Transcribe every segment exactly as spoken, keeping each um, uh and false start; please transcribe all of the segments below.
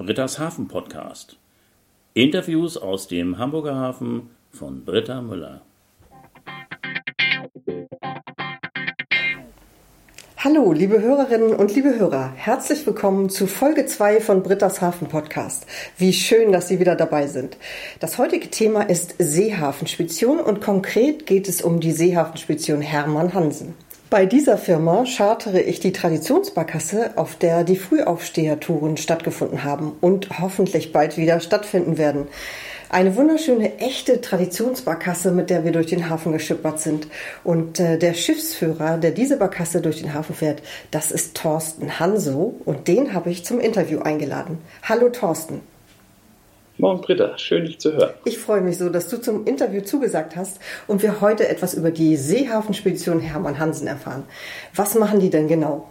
Britta's Hafen Podcast. Interviews aus dem Hamburger Hafen von Britta Müller. Hallo, liebe Hörerinnen und liebe Hörer. Herzlich willkommen zu Folge zwei von Britta's Hafen Podcast. Wie schön, dass Sie wieder dabei sind. Das heutige Thema ist Seehafenspedition und konkret geht es um die Seehafenspedition Hermann Hansen. Bei dieser Firma chartere ich die Traditionsbarkasse, auf der die Frühaufstehertouren stattgefunden haben und hoffentlich bald wieder stattfinden werden. Eine wunderschöne, echte Traditionsbarkasse, mit der wir durch den Hafen geschippert sind. Und äh, der Schiffsführer, der diese Barkasse durch den Hafen fährt, das ist Thorsten Hanso und den habe ich zum Interview eingeladen. Hallo Thorsten. Morgen Britta, schön dich zu hören. Ich freue mich so, dass du zum Interview zugesagt hast und wir heute etwas über die Seehafenspedition Hermann Hansen erfahren. Was machen die denn genau?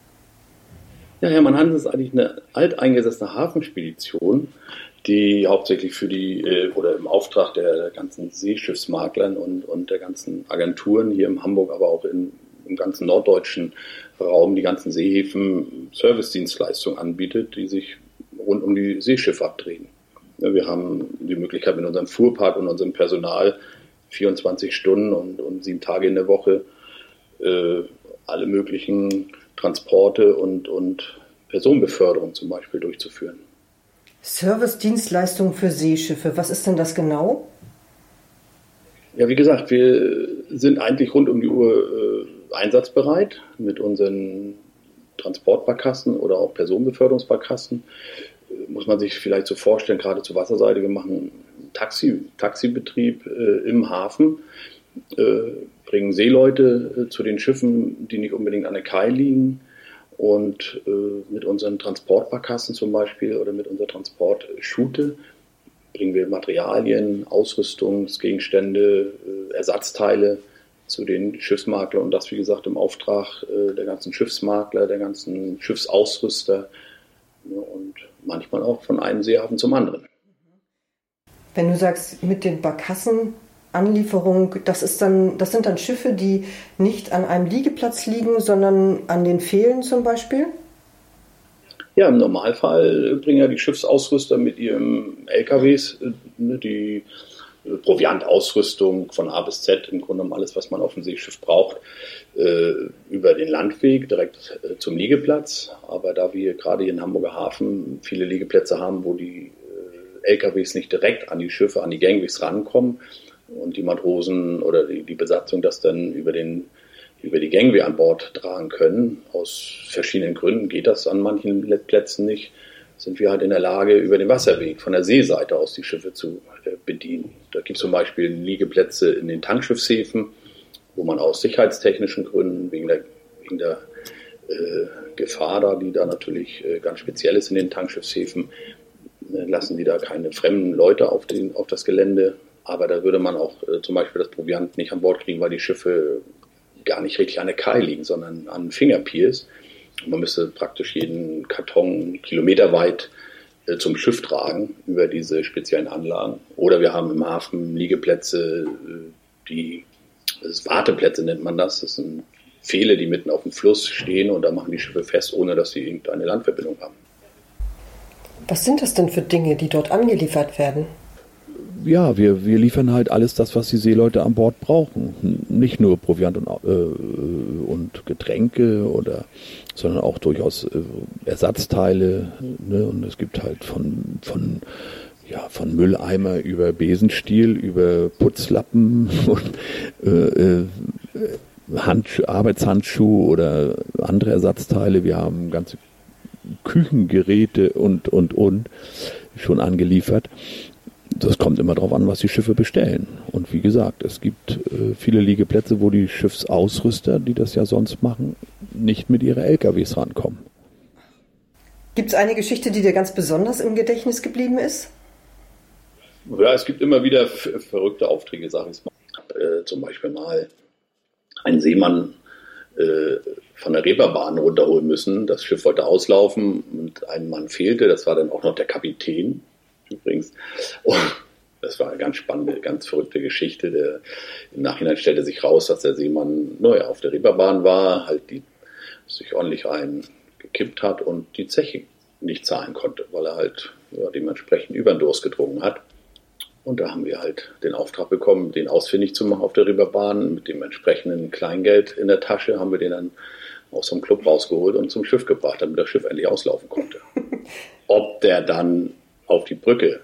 Ja, Hermann Hansen ist eigentlich eine alteingesessene Hafenspedition, die hauptsächlich für die äh, oder im Auftrag der ganzen Seeschiffsmaklern und, und der ganzen Agenturen hier in Hamburg, aber auch in, im ganzen norddeutschen Raum, die ganzen Seehäfen Servicedienstleistungen anbietet, die sich rund um die Seeschiffe abdrehen. Ja, wir haben die Möglichkeit mit unserem Fuhrpark und unserem Personal vierundzwanzig Stunden und, und sieben Tage in der Woche äh, alle möglichen Transporte und, und Personenbeförderung zum Beispiel durchzuführen. Servicedienstleistung für Seeschiffe, was ist denn das genau? Ja, wie gesagt, wir sind eigentlich rund um die Uhr äh, einsatzbereit mit unseren Transportbarkassen oder auch Personenbeförderungsbarkassen. Äh, muss man sich vielleicht so vorstellen, gerade zur Wasserseite, wir machen Taxi, Taxibetrieb äh, im Hafen, äh, bringen Seeleute äh, zu den Schiffen, die nicht unbedingt an der Kai liegen. Und äh, mit unseren Transportbarkassen zum Beispiel oder mit unserer Transportschute bringen wir Materialien, Ausrüstungsgegenstände, äh, Ersatzteile zu den Schiffsmaklern und das, wie gesagt, im Auftrag äh, der ganzen Schiffsmakler, der ganzen Schiffsausrüster, ja, und manchmal auch von einem Seehafen zum anderen. Wenn du sagst, mit den Barkassen Anlieferung, das ist dann, das sind dann Schiffe, die nicht an einem Liegeplatz liegen, sondern an den Pfählen zum Beispiel? Ja, im Normalfall bringen ja die Schiffsausrüster mit ihren L K Ws die Proviantausrüstung von A bis Z, im Grunde genommen alles, was man auf dem Seeschiff braucht, über den Landweg direkt zum Liegeplatz. Aber da wir gerade hier in Hamburger Hafen viele Liegeplätze haben, wo die L K Ws nicht direkt an die Schiffe, an die Gangways rankommen, und die Matrosen oder die, die Besatzung das dann über, den, über die Gangway an Bord tragen können. Aus verschiedenen Gründen geht das an manchen Plätzen nicht. Sind wir halt in der Lage, über den Wasserweg von der Seeseite aus die Schiffe zu äh, bedienen. Da gibt es zum Beispiel Liegeplätze in den Tankschiffshäfen, wo man aus sicherheitstechnischen Gründen, wegen der, wegen der äh, Gefahr da, die da natürlich äh, ganz speziell ist in den Tankschiffshäfen, äh, lassen die da keine fremden Leute auf, den, auf das Gelände. Aber da würde man auch äh, zum Beispiel das Proviant nicht an Bord kriegen, weil die Schiffe gar nicht richtig an der Kai liegen, sondern an Fingerpiers. Und man müsste praktisch jeden Karton kilometerweit äh, zum Schiff tragen über diese speziellen Anlagen. Oder wir haben im Hafen Liegeplätze, äh, die das Warteplätze nennt man das. Das sind Pfähle, die mitten auf dem Fluss stehen und da machen die Schiffe fest, ohne dass sie irgendeine Landverbindung haben. Was sind das denn für Dinge, die dort angeliefert werden? Ja, wir, wir liefern halt alles das, was die Seeleute an Bord brauchen. Nicht nur Proviant und, äh, und Getränke, oder, sondern auch durchaus äh, Ersatzteile. Ne? Und es gibt halt von, von, ja, von Mülleimer über Besenstiel, über Putzlappen und äh, Handschuh, Arbeitshandschuhe oder andere Ersatzteile. Wir haben ganze Küchengeräte und, und, und schon angeliefert. Das kommt immer darauf an, was die Schiffe bestellen. Und wie gesagt, es gibt äh, viele Liegeplätze, wo die Schiffsausrüster, die das ja sonst machen, nicht mit ihren L K Ws rankommen. Gibt es eine Geschichte, die dir ganz besonders im Gedächtnis geblieben ist? Ja, es gibt immer wieder f- verrückte Aufträge, sage ich mal. Äh, zum Beispiel mal einen Seemann äh, von der Reeperbahn runterholen müssen. Das Schiff wollte auslaufen und ein Mann fehlte. Das war dann auch noch der Kapitän. Übrigens. Und das war eine ganz spannende, ganz verrückte Geschichte. Der, im Nachhinein stellte sich raus, dass der Seemann naja, auf der Reeperbahn war, halt die sich ordentlich einen gekippt hat und die Zeche nicht zahlen konnte, weil er halt ja, dementsprechend über den Durst getrunken hat. Und da haben wir halt den Auftrag bekommen, den ausfindig zu machen auf der Reeperbahn. Mit dem entsprechenden Kleingeld in der Tasche haben wir den dann aus dem Club rausgeholt und zum Schiff gebracht, damit das Schiff endlich auslaufen konnte. Ob der dann auf die Brücke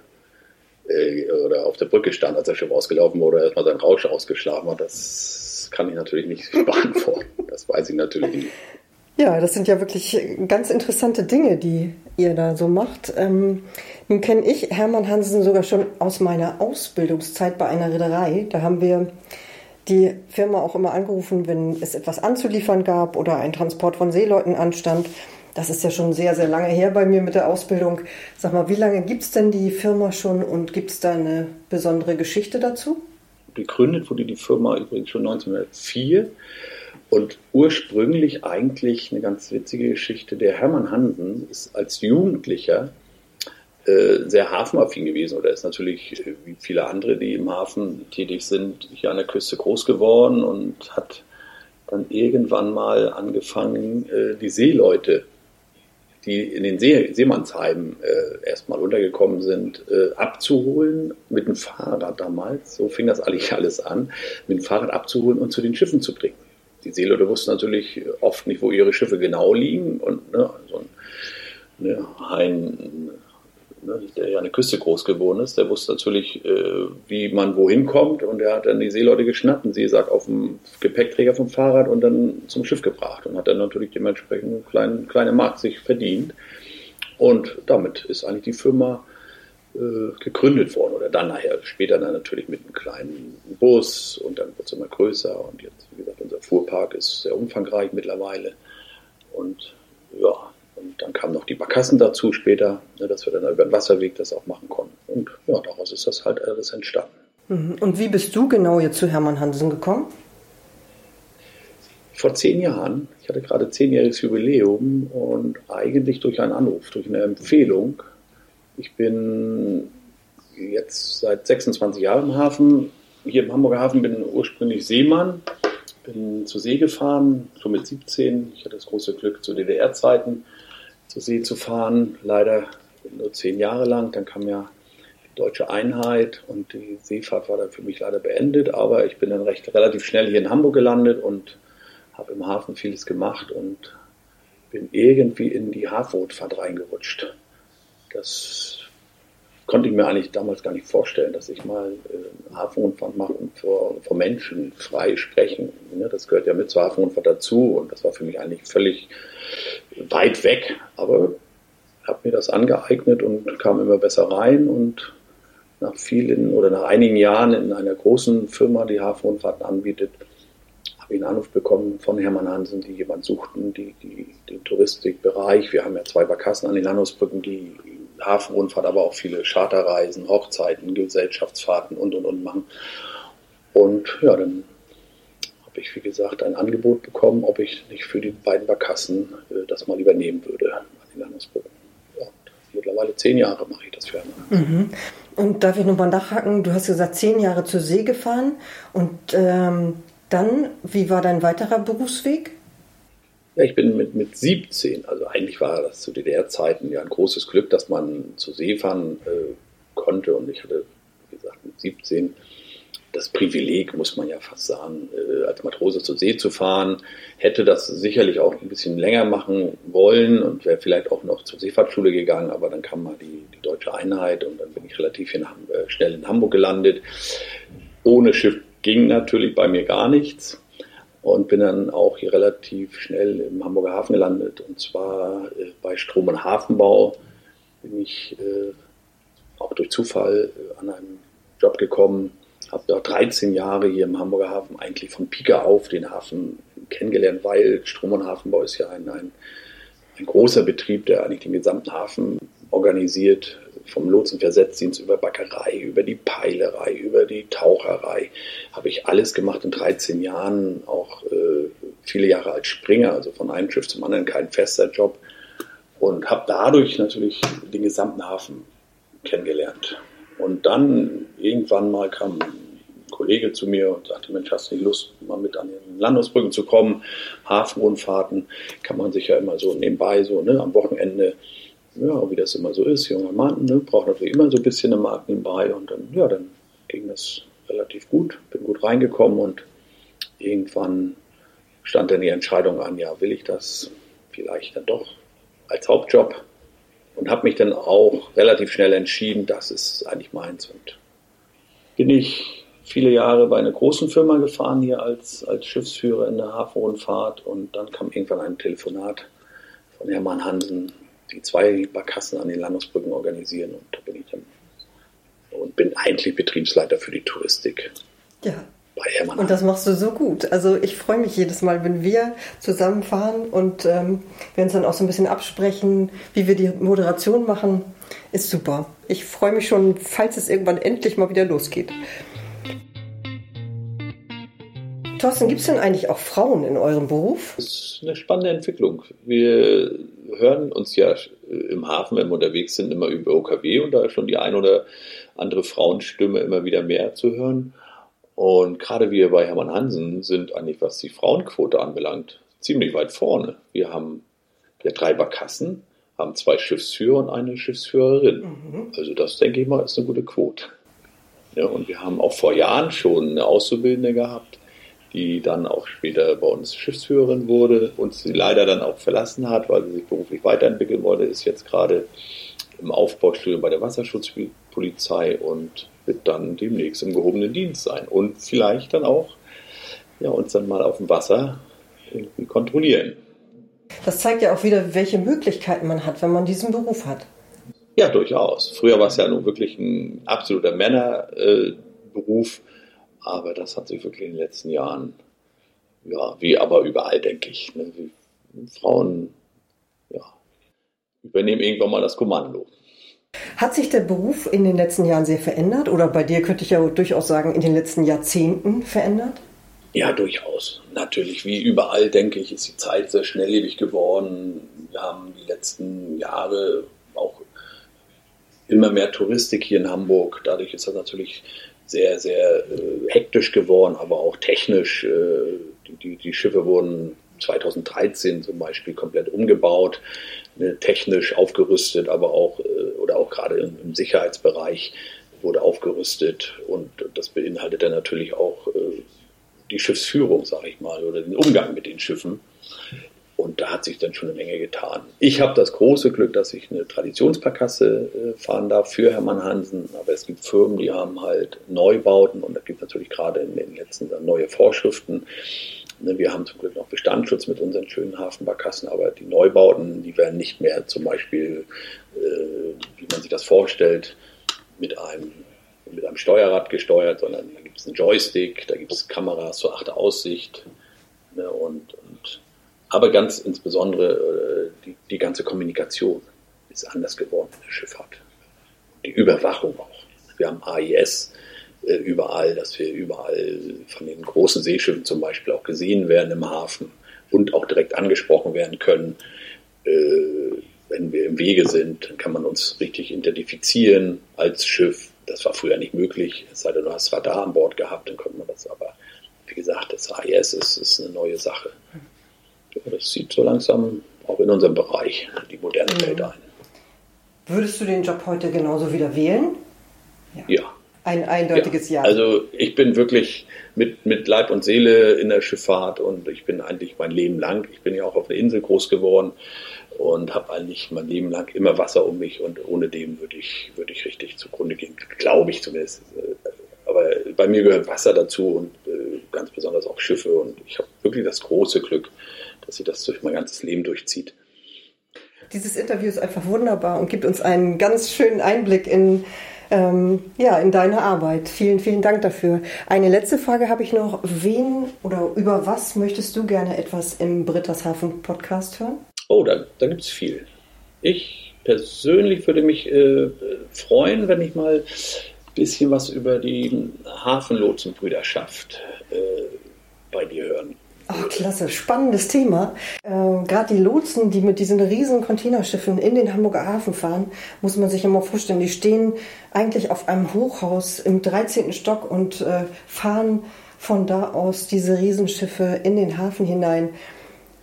äh, oder auf der Brücke stand, als das Schiff ausgelaufen wurde, oder erstmal seinen Rausch ausgeschlafen hat, das kann ich natürlich nicht beantworten. Das weiß ich natürlich nicht. Ja, das sind ja wirklich ganz interessante Dinge, die ihr da so macht. Ähm, nun kenne ich Hermann Hansen sogar schon aus meiner Ausbildungszeit bei einer Reederei. Da haben wir die Firma auch immer angerufen, wenn es etwas anzuliefern gab oder ein Transport von Seeleuten anstand. Das ist ja schon sehr, sehr lange her bei mir mit der Ausbildung. Sag mal, wie lange gibt es denn die Firma schon und gibt es da eine besondere Geschichte dazu? Gegründet wurde die Firma übrigens schon neunzehnhundertvier. Und ursprünglich eigentlich eine ganz witzige Geschichte. Der Hermann Hansen ist als Jugendlicher äh, sehr hafenaffin gewesen oder ist natürlich, äh, wie viele andere, die im Hafen tätig sind, hier an der Küste groß geworden und hat dann irgendwann mal angefangen, äh, die Seeleute, die in den See- Seemannsheimen äh, erstmal untergekommen sind, äh, abzuholen mit dem Fahrrad damals. So fing das eigentlich alles an, mit dem Fahrrad abzuholen und zu den Schiffen zu bringen. Die Seeleute wussten natürlich oft nicht, wo ihre Schiffe genau liegen. Und ne, so ein ne, Hein, ne, der ja an der Küste groß geworden ist, der wusste natürlich, äh, wie man wohin kommt. Und der hat dann die Seeleute geschnappt, einen Seesack auf dem Gepäckträger vom Fahrrad und dann zum Schiff gebracht. Und hat dann natürlich dementsprechend eine kleine, kleine Mark sich verdient. Und damit ist eigentlich die Firma gegründet worden oder dann nachher, später dann natürlich mit einem kleinen Bus und dann wird es immer größer und jetzt, wie gesagt, unser Fuhrpark ist sehr umfangreich mittlerweile und ja, und dann kamen noch die Barkassen dazu später, ne, dass wir dann über den Wasserweg das auch machen konnten und ja, daraus ist das halt alles entstanden. Und wie bist du genau jetzt zu Hermann Hansen gekommen? Vor zehn Jahren, ich hatte gerade zehnjähriges Jubiläum und eigentlich durch einen Anruf, durch eine Empfehlung. Ich bin jetzt seit sechsundzwanzig Jahren im Hafen, hier im Hamburger Hafen, bin ursprünglich Seemann, bin zur See gefahren, schon mit siebzehn. Ich hatte das große Glück, zu D D R-Zeiten zur See zu fahren, leider nur zehn Jahre lang. Dann kam ja die deutsche Einheit und die Seefahrt war dann für mich leider beendet, aber ich bin dann recht relativ schnell hier in Hamburg gelandet und habe im Hafen vieles gemacht und bin irgendwie in die Hafenrundfahrt reingerutscht. Das konnte ich mir eigentlich damals gar nicht vorstellen, dass ich mal äh, Hafenrundfahrt mache und vor, vor Menschen frei sprechen. Ne? Das gehört ja mit zur Hafenrundfahrt dazu und das war für mich eigentlich völlig weit weg. Aber ich habe mir das angeeignet und kam immer besser rein und nach vielen oder nach einigen Jahren in einer großen Firma, die Hafenrundfahrten anbietet, habe ich einen Anruf bekommen von Hermann Hansen, die jemanden suchten, die, die den Touristikbereich. Wir haben ja zwei Barkassen an den Landungsbrücken, die Hafenrundfahrt, aber auch viele Charterreisen, Hochzeiten, Gesellschaftsfahrten und und und machen. Und ja, dann habe ich, wie gesagt, ein Angebot bekommen, ob ich nicht für die beiden Barkassen äh, das mal übernehmen würde an den Landungsbrücken. Ja, mittlerweile zehn Jahre mache ich das für Hermann. Mhm. Und darf ich nochmal nachhaken? Du hast gesagt, zehn Jahre zur See gefahren und ähm, dann, wie war dein weiterer Berufsweg? Ja, ich bin mit, mit siebzehn, also eigentlich war das zu D D R-Zeiten ja ein großes Glück, dass man zur See fahren äh, konnte und ich hatte, wie gesagt, mit siebzehn das Privileg, muss man ja fast sagen, äh, als Matrose zur See zu fahren, hätte das sicherlich auch ein bisschen länger machen wollen und wäre vielleicht auch noch zur Seefahrtsschule gegangen, aber dann kam mal die, die deutsche Einheit und dann bin ich relativ in, äh, schnell in Hamburg gelandet. Ohne Schiff ging natürlich bei mir gar nichts. Und bin dann auch hier relativ schnell im Hamburger Hafen gelandet. Und zwar äh, bei Strom- und Hafenbau bin ich äh, auch durch Zufall äh, an einem Job gekommen. Habe da dreizehn Jahre hier im Hamburger Hafen eigentlich von Pike auf den Hafen kennengelernt, weil Strom- und Hafenbau ist ja ein, ein, ein großer Betrieb, der eigentlich den gesamten Hafen organisiert. Vom Lotsenversetzdienst über Bäckerei, über die Peilerei, über die Taucherei, habe ich alles gemacht in dreizehn Jahren, auch äh, viele Jahre als Springer, also von einem Schiff zum anderen, kein fester Job und habe dadurch natürlich den gesamten Hafen kennengelernt. Und dann irgendwann mal kam ein Kollege zu mir und sagte, Mensch, hast du nicht Lust, mal mit an den Landungsbrücken zu kommen? Hafenrundfahrten kann man sich ja immer so nebenbei, so ne, am Wochenende ja, wie das immer so ist, junger Mann, ne, braucht natürlich immer so ein bisschen eine Markt nebenbei. Und dann, ja, dann ging das relativ gut, bin gut reingekommen und irgendwann stand dann die Entscheidung an, ja, will ich das vielleicht dann doch als Hauptjob? Und habe mich dann auch relativ schnell entschieden, das ist eigentlich meins. Und bin ich viele Jahre bei einer großen Firma gefahren hier als, als Schiffsführer in der Hafenrundfahrt. Und dann kam irgendwann ein Telefonat von Hermann Hansen, die zwei Barkassen an den Landungsbrücken organisieren. Und da bin ich dann und bin eigentlich Betriebsleiter für die Touristik. Ja. Bei Hermann Und das machst du so gut. Also ich freue mich jedes Mal, wenn wir zusammenfahren und ähm, wir uns dann auch so ein bisschen absprechen, wie wir die Moderation machen. Ist super. Ich freue mich schon, falls es irgendwann endlich mal wieder losgeht. Thorsten, gibt es denn eigentlich auch Frauen in eurem Beruf? Das ist eine spannende Entwicklung. Wir hören uns ja im Hafen, wenn wir unterwegs sind, immer über O K W und da ist schon die ein oder andere Frauenstimme immer wieder mehr zu hören. Und gerade wir bei Hermann Hansen sind eigentlich, was die Frauenquote anbelangt, ziemlich weit vorne. Wir haben ja drei Barkassen, haben zwei Schiffsführer und eine Schiffsführerin. Mhm. Also das, denke ich mal, ist eine gute Quote. Ja, und wir haben auch vor Jahren schon eine Auszubildende gehabt, die dann auch später bei uns Schiffsführerin wurde und sie leider dann auch verlassen hat, weil sie sich beruflich weiterentwickeln wollte, ist jetzt gerade im Aufbaustudium bei der Wasserschutzpolizei und wird dann demnächst im gehobenen Dienst sein und vielleicht dann auch ja, uns dann mal auf dem Wasser irgendwie kontrollieren. Das zeigt ja auch wieder, welche Möglichkeiten man hat, wenn man diesen Beruf hat. Ja, durchaus. Früher war es ja nun wirklich ein absoluter Männerberuf, äh, aber das hat sich wirklich in den letzten Jahren, ja, wie aber überall, denke ich, ne, wie Frauen ja, übernehmen irgendwann mal das Kommando. Hat sich der Beruf in den letzten Jahren sehr verändert oder bei dir könnte ich ja durchaus sagen, in den letzten Jahrzehnten verändert? Ja, durchaus. Natürlich, wie überall, denke ich, ist die Zeit sehr schnelllebig geworden. Wir haben die letzten Jahre auch immer mehr Touristik hier in Hamburg. Dadurch ist das natürlich sehr, sehr äh, hektisch geworden, aber auch technisch. Äh, die, die, die Schiffe wurden zweitausenddreizehn zum Beispiel komplett umgebaut, ne, technisch aufgerüstet, aber auch, äh, oder auch gerade im, im Sicherheitsbereich wurde aufgerüstet. Und das beinhaltet dann natürlich auch äh, die Schiffsführung, sage ich mal, oder den Umgang mit den Schiffen. Und da hat sich dann schon eine Menge getan. Ich habe das große Glück, dass ich eine Traditionsbarkasse äh, fahren darf für Hermann Hansen. Aber es gibt Firmen, die haben halt Neubauten und da gibt es natürlich gerade in den letzten Jahren neue Vorschriften. Ne, wir haben zum Glück noch Bestandsschutz mit unseren schönen Hafenbarkassen, aber die Neubauten, die werden nicht mehr zum Beispiel, äh, wie man sich das vorstellt, mit einem mit einem Steuerrad gesteuert, sondern da gibt es einen Joystick, da gibt es Kameras zur achter Aussicht. Ne, und, und, aber ganz insbesondere äh, die, die ganze Kommunikation ist anders geworden in der Schifffahrt. Die Überwachung auch. Wir haben A I S äh, überall, dass wir überall von den großen Seeschiffen zum Beispiel auch gesehen werden im Hafen und auch direkt angesprochen werden können. Äh, wenn wir im Wege sind, dann kann man uns richtig identifizieren als Schiff. Das war früher nicht möglich, es sei denn, du hast Radar an Bord gehabt, dann konnte man das. Aber wie gesagt, das A I S ist, ist eine neue Sache. Ja, das zieht so langsam auch in unserem Bereich die moderne mhm. Welt ein. Würdest du den Job heute genauso wieder wählen? Ja. ja. Ein eindeutiges Ja. Ja. Also ich bin wirklich mit, mit Leib und Seele in der Schifffahrt und ich bin eigentlich mein Leben lang, ich bin ja auch auf der Insel groß geworden und habe eigentlich mein Leben lang immer Wasser um mich und ohne dem würde ich, würde ich richtig zugrunde gehen, glaube ich zumindest. Aber bei mir gehört Wasser dazu und ganz besonders auch Schiffe und ich habe wirklich das große Glück, dass sich das durch mein ganzes Leben durchzieht. Dieses Interview ist einfach wunderbar und gibt uns einen ganz schönen Einblick in, ähm, ja, in deine Arbeit. Vielen, vielen Dank dafür. Eine letzte Frage habe ich noch. Wen oder über was möchtest du gerne etwas im Brittershafen Podcast hören? Oh, da, da gibt es viel. Ich persönlich würde mich äh, freuen, wenn ich mal ein bisschen was über die Hafenlotsenbrüderschaft äh, bei dir hören. Oh, klasse, spannendes Thema. Äh, Gerade die Lotsen, die mit diesen riesen Containerschiffen in den Hamburger Hafen fahren, muss man sich immer vorstellen, die stehen eigentlich auf einem Hochhaus im dreizehnten Stock und äh, fahren von da aus diese Riesenschiffe in den Hafen hinein.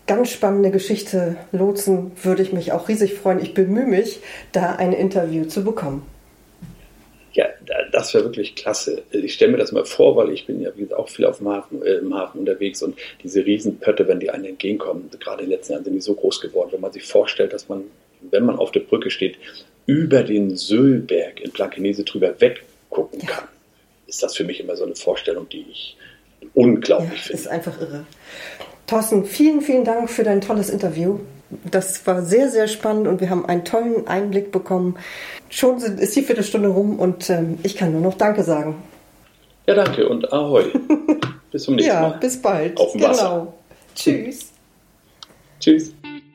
ganz spannende Geschichte lotsen, würde ich mich auch riesig freuen. Ich bemühe mich, da ein Interview zu bekommen. Ja, das wäre wirklich klasse. Ich stelle mir das mal vor, weil ich bin ja wie gesagt, auch viel auf dem Hafen, äh, im Hafen unterwegs und diese Riesenpötte, wenn die einem entgegenkommen, gerade in den letzten Jahren sind die so groß geworden, wenn man sich vorstellt, dass man, wenn man auf der Brücke steht, über den Söllberg in Blankenese drüber weggucken kann, ja. Ist das für mich immer so eine Vorstellung, die ich unglaublich ja, finde. Ist einfach irre. Thorsten, vielen, vielen Dank für dein tolles Interview. Das war sehr, sehr spannend und wir haben einen tollen Einblick bekommen. Schon ist die Viertelstunde rum und ähm, ich kann nur noch Danke sagen. Ja, danke und ahoi. Bis zum nächsten ja, Mal. Ja, bis bald. Auf dem genau. Wasser. Tschüss. Tschüss.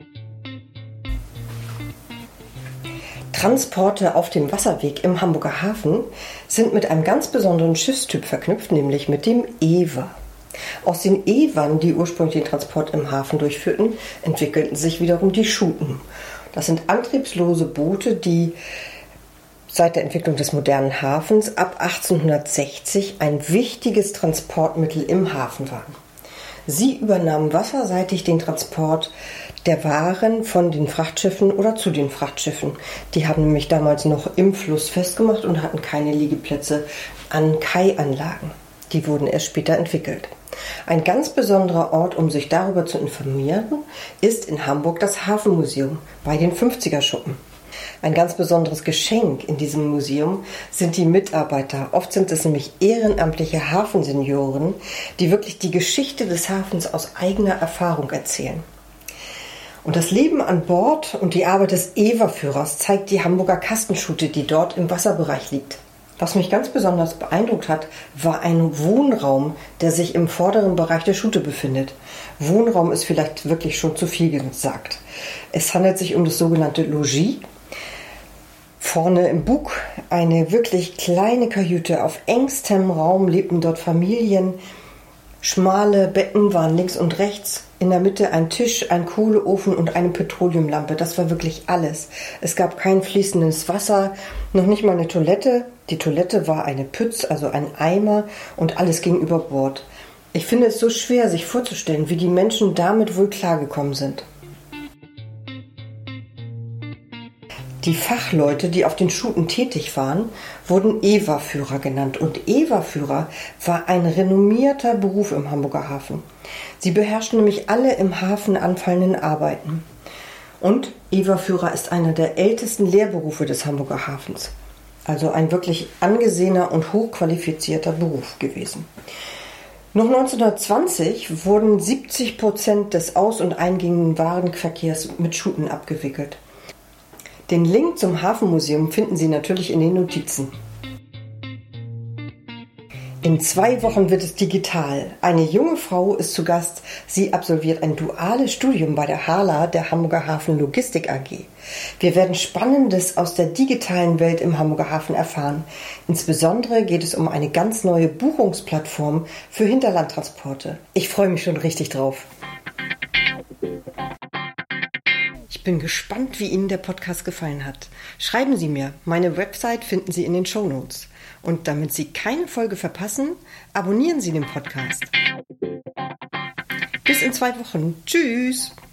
Transporte auf dem Wasserweg im Hamburger Hafen sind mit einem ganz besonderen Schiffstyp verknüpft, nämlich mit dem Ewer. Aus den Ewern, die ursprünglich den Transport im Hafen durchführten, entwickelten sich wiederum die Schuten. Das sind antriebslose Boote, die seit der Entwicklung des modernen Hafens ab achtzehnhundertsechzig ein wichtiges Transportmittel im Hafen waren. Sie übernahmen wasserseitig den Transport der Waren von den Frachtschiffen oder zu den Frachtschiffen. Die haben nämlich damals noch im Fluss festgemacht und hatten keine Liegeplätze an Kaianlagen. Die wurden erst später entwickelt. Ein ganz besonderer Ort, um sich darüber zu informieren, ist in Hamburg das Hafenmuseum bei den fünfziger-Schuppen. Ein ganz besonderes Geschenk in diesem Museum sind die Mitarbeiter. Oft sind es nämlich ehrenamtliche Hafensenioren, die wirklich die Geschichte des Hafens aus eigener Erfahrung erzählen. Und das Leben an Bord und die Arbeit des Ewerführers zeigt die Hamburger Kastenschute, die dort im Wasserbereich liegt. Was mich ganz besonders beeindruckt hat, war ein Wohnraum, der sich im vorderen Bereich der Schute befindet. Wohnraum ist vielleicht wirklich schon zu viel gesagt. Es handelt sich um das sogenannte Logis. Vorne im Bug eine wirklich kleine Kajüte. Auf engstem Raum lebten dort Familien. Schmale Betten waren links und rechts. In der Mitte ein Tisch, ein Kohleofen und eine Petroleumlampe. Das war wirklich alles. Es gab kein fließendes Wasser, noch nicht mal eine Toilette. Die Toilette war eine Pütz, also ein Eimer und alles ging über Bord. Ich finde es so schwer, sich vorzustellen, wie die Menschen damit wohl klargekommen sind. Die Fachleute, die auf den Schuten tätig waren, wurden Ewerführer genannt. Und Ewerführer war ein renommierter Beruf im Hamburger Hafen. Sie beherrschten nämlich alle im Hafen anfallenden Arbeiten. Und Ewerführer ist einer der ältesten Lehrberufe des Hamburger Hafens. Also ein wirklich angesehener und hochqualifizierter Beruf gewesen. Noch neunzehnhundertzwanzig wurden siebzig Prozent des aus- und eingehenden Warenverkehrs mit Schuten abgewickelt. Den Link zum Hafenmuseum finden Sie natürlich in den Notizen. In zwei Wochen wird es digital. Eine junge Frau ist zu Gast. Sie absolviert ein duales Studium bei der HALA, der Hamburger Hafen Logistik A G. Wir werden Spannendes aus der digitalen Welt im Hamburger Hafen erfahren. Insbesondere geht es um eine ganz neue Buchungsplattform für Hinterlandtransporte. Ich freue mich schon richtig drauf. Ich bin gespannt, wie Ihnen der Podcast gefallen hat. Schreiben Sie mir. Meine Website finden Sie in den Shownotes. Und damit Sie keine Folge verpassen, abonnieren Sie den Podcast. Bis in zwei Wochen. Tschüss!